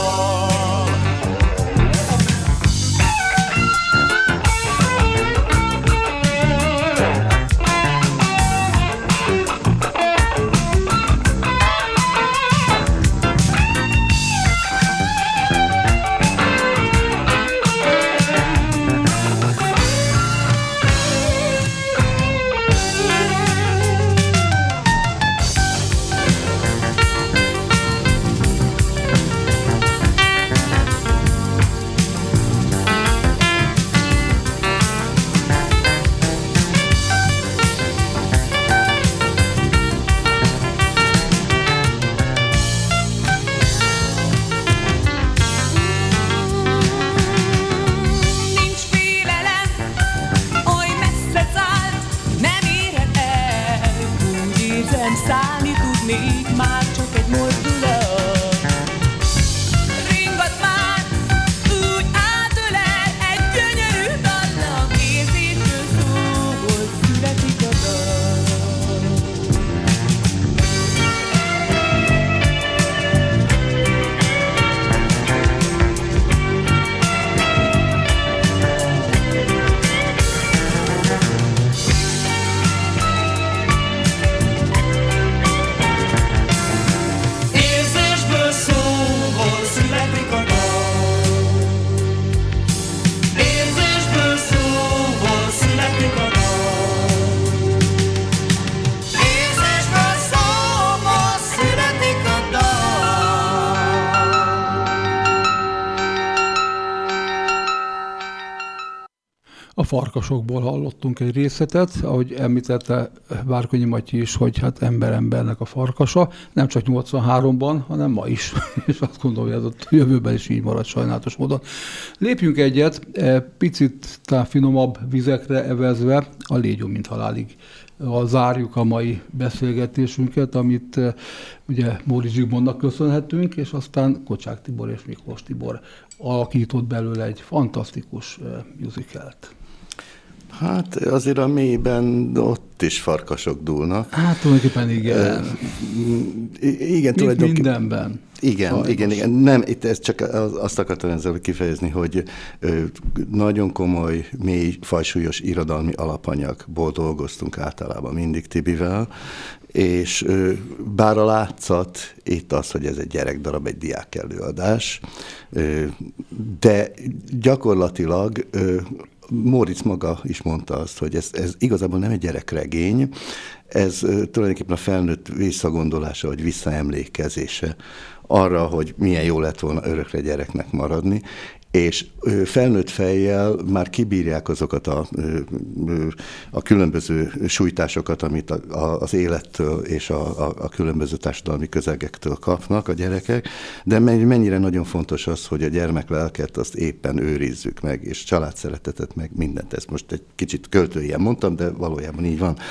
A farkasokból hallottunk egy részletet, ahogy említette Várkonyi Matyi is, hogy hát ember embernek a farkasa, nem csak nyolcvanháromban, hanem ma is, és azt gondolom, hogy ez a jövőben is így marad sajnálatos módon. Lépjünk egyet, picit talán finomabb vizekre evezve, a Légy jó, mint halálig zárjuk a mai beszélgetésünket, amit ugye Móricz Zsigmondnak köszönhetünk, és aztán Kocsák Tibor és Miklós Tibor alakított belőle egy fantasztikus musicalt. Hát azért a mélyben ott is farkasok dúlnak. Hát tulajdonképpen igen. igen, tulajdonképpen. Mindenben. Igen, Sajnos. igen, igen. Nem, itt ez csak azt akartam ezzel kifejezni, hogy nagyon komoly, mély, fajsúlyos irodalmi alapanyagból dolgoztunk általában mindig Tibivel, és bár a látszat itt az, hogy ez egy gyerekdarab, egy diák előadás, de gyakorlatilag Móricz maga is mondta azt, hogy ez, ez igazából nem egy gyerekregény, ez tulajdonképpen a felnőtt visszagondolása, vagy visszaemlékezése arra, hogy milyen jó lett volna örökre gyereknek maradni, és felnőtt fejjel már kibírják azokat a, a különböző sújtásokat, amit az élettől és a, a, a különböző társadalmi közegektől kapnak a gyerekek, de mennyire nagyon fontos az, hogy a gyermeklelket azt éppen őrizzük meg, és családszeretetet meg mindent. Ezt most egy kicsit költőien mondtam, de valójában így van.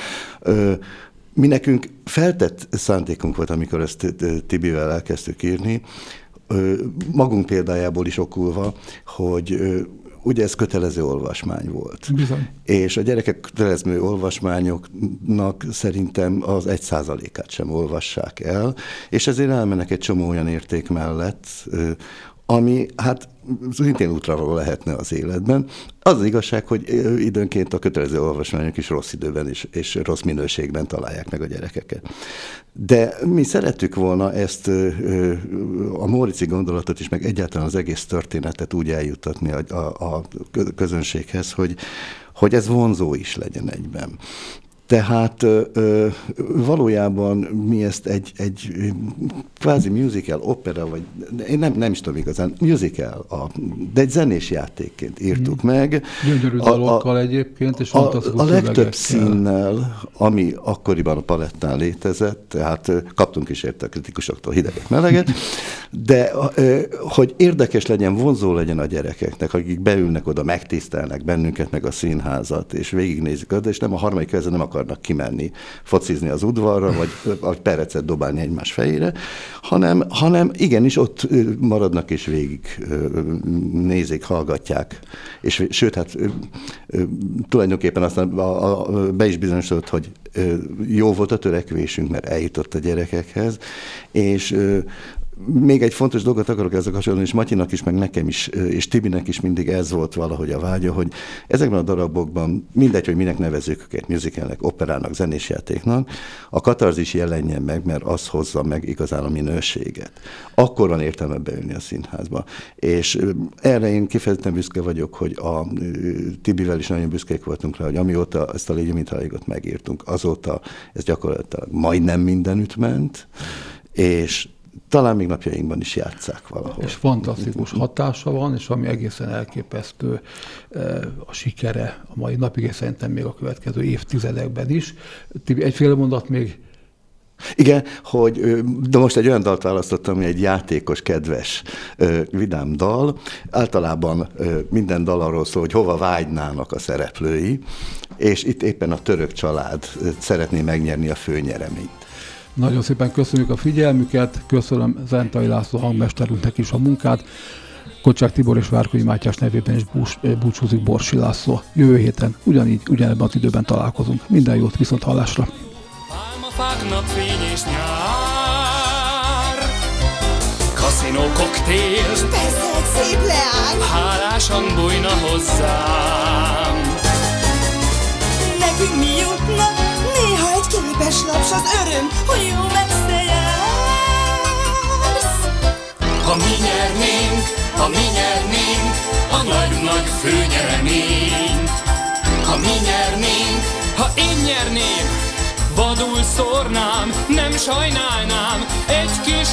Mi nekünk feltett szándékunk volt, amikor ezt Tibivel elkezdtük írni, magunk példájából is okulva, hogy ugye ez kötelező olvasmány volt. Bizony. És a gyerekek kötelező olvasmányoknak szerintem az egy százalékát sem olvassák el, és ezért elmennek egy csomó olyan érték mellett, ami hát szintén útravaló lehetne az életben. Az az igazság, hogy időnként a kötelező olvasmányok is rossz időben és, és rossz minőségben találják meg a gyerekeket. De mi szerettük volna ezt a Móriczi gondolatot is, meg egyáltalán az egész történetet úgy eljuttatni a, a, a közönséghez, hogy, hogy ez vonzó is legyen egyben. Tehát ö, valójában mi ezt egy, egy kvázi musical, opera, vagy én nem, nem is tudom igazán, musical, a, de egy zenés játékként írtuk mm. meg. Gyönyörű dalokkal egyébként, és a, a legtöbb színnel, ami akkoriban a palettán létezett, tehát kaptunk is érte a kritikusoktól hideget, meleget, de hogy érdekes legyen, vonzó legyen a gyerekeknek, akik beülnek oda, megtisztelnek bennünket, meg a színházat, és végignézik oda, és nem a harmadik kezdet nem akarnak kimenni, focizni az udvarra, vagy, vagy perecet dobálni egymás fejére, hanem, hanem igenis ott maradnak és végig nézik, hallgatják. És sőt, hát tulajdonképpen aztán a, a, be is bizonyosodott, hogy jó volt a törekvésünk, mert eljutott a gyerekekhez, és még egy fontos dolgot akarok ezzel kapcsolatban, és Matyinak is, meg nekem is, és Tibinek is mindig ez volt valahogy a vágya, hogy ezekben a darabokban, mindegy, hogy minek nevezzük őket, musicalnek, operának, zenésjátéknak, a katarzis jelenjen meg, mert az hozza meg igazán a minőséget. Akkor van értelme beülni a színházba. És erre én kifejezetten büszke vagyok, hogy a Tibivel is nagyon büszkék voltunk rá, hogy amióta ezt a Légy, mint halégot megírtunk, azóta ez gyakorlatilag majdnem mindenütt ment, és talán még napjainkban is játsszák valahol. És fantasztikus hatása van, és ami egészen elképesztő a sikere a mai napig, és szerintem még a következő évtizedekben is. Tibi, egyféle mondat még? Igen, hogy, de most egy olyan dalt választottam, ami egy játékos, kedves, vidám dal. Általában minden dal arról szól, hogy hova vágynának a szereplői, és itt éppen a török család szeretné megnyerni a főnyereményt. Nagyon szépen köszönjük a figyelmüket, köszönöm Zentai László hangmesterünknek is a munkát. Kocsák Tibor és Várkonyi Mátyás nevében is bús, búcsúzik Borsi László. Jövő héten ugyanígy, ugyanebben az időben találkozunk. Minden jót, viszont hallásra! Pálmafák, napfény és nyár, kaszinó, koktél, persze egy szép leány, hálásan bújna hozzám. Nekünk mi jutna? Néha egy képes laps az öröm, hogy jó messze jársz. Ha mi nyernénk, ha mi nyernénk a nagy-nagy főnyereményt. Ha mi nyernénk, ha én nyerném, vadul szórnám, nem sajnálnám, egy kis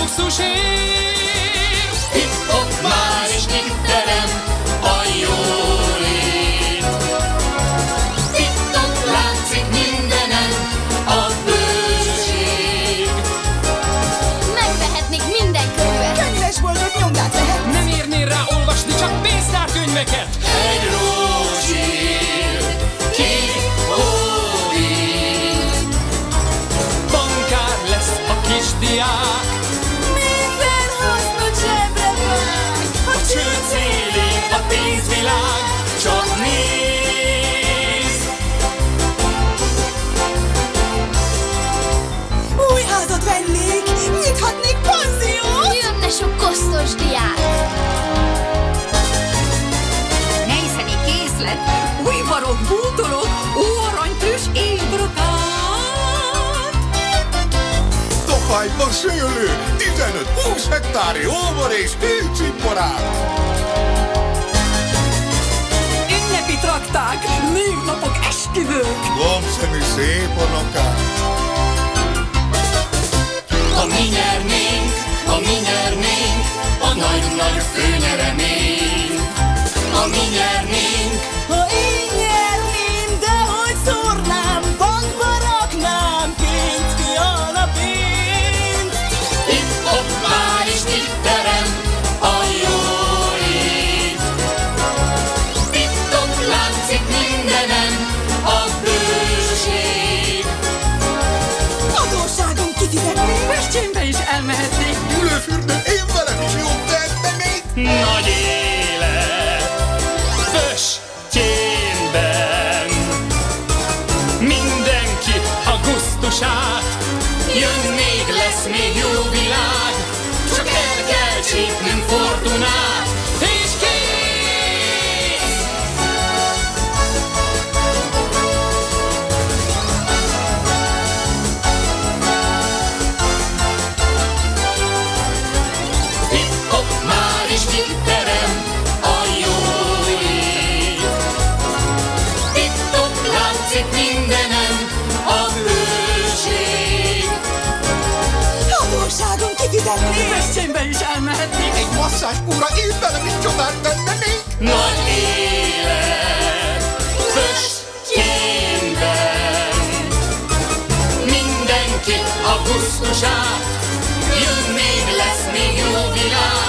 luxusért. Hip-hop már is itt terem a jólét. Itt-ott látszik mindenem a bőség. Megvehetnék minden könyvet. Könyves boldog nyomdát lehet. Nem érnél rá olvasni csak pénztárkönyveket. Egy rózsír, két hódíj, bankár lesz a kisdiák. Minden hasznot zsebre vág. A csőd szélén a pénzvilág, csak nézd. Új házat vennék, nyithatnék panziót. Jönne sok kosztos diák. Nejszeni készlet, új barokk bútorok, óaranyplüss és brokát. Tokajban szőlő, tizenöt-húsz hektári óvar és hűcimborák. Ünnepi trakták, névnapok, esküvők. Gombszemű szép unokák. Ha mi nyernénk, ha mi nyernénk a nagy-nagy főnyereményt. Ha mi nyernénk, Ha én nyerném, de hogy szórnám, bankba raknám, pénzt ki a napént. hip-hop már is itt terem a jólét. Itt-ott látszik mindenem a bőség. Adósságunk kifizetnék. Pestjénbe is elmehetnék. Ülőfürdő, én velem is jobb, de te még. Nagy élet Pöstjénben. Mindenki a gusztusát, jön még, lesz még jó világ, csak el kell csípnünk fortunát, és kész! Hip-hop már is kiterem a jó ég. Tip-top látszik mindenem a hőség. Adósságunk kifizetni. Veszcsénbe is elmehetnék. Egy masszázskúra én velem is csodát tennék. Nagy élet Pöstjénben, mindenki a gusztusát, jön még, lesz még jó világ.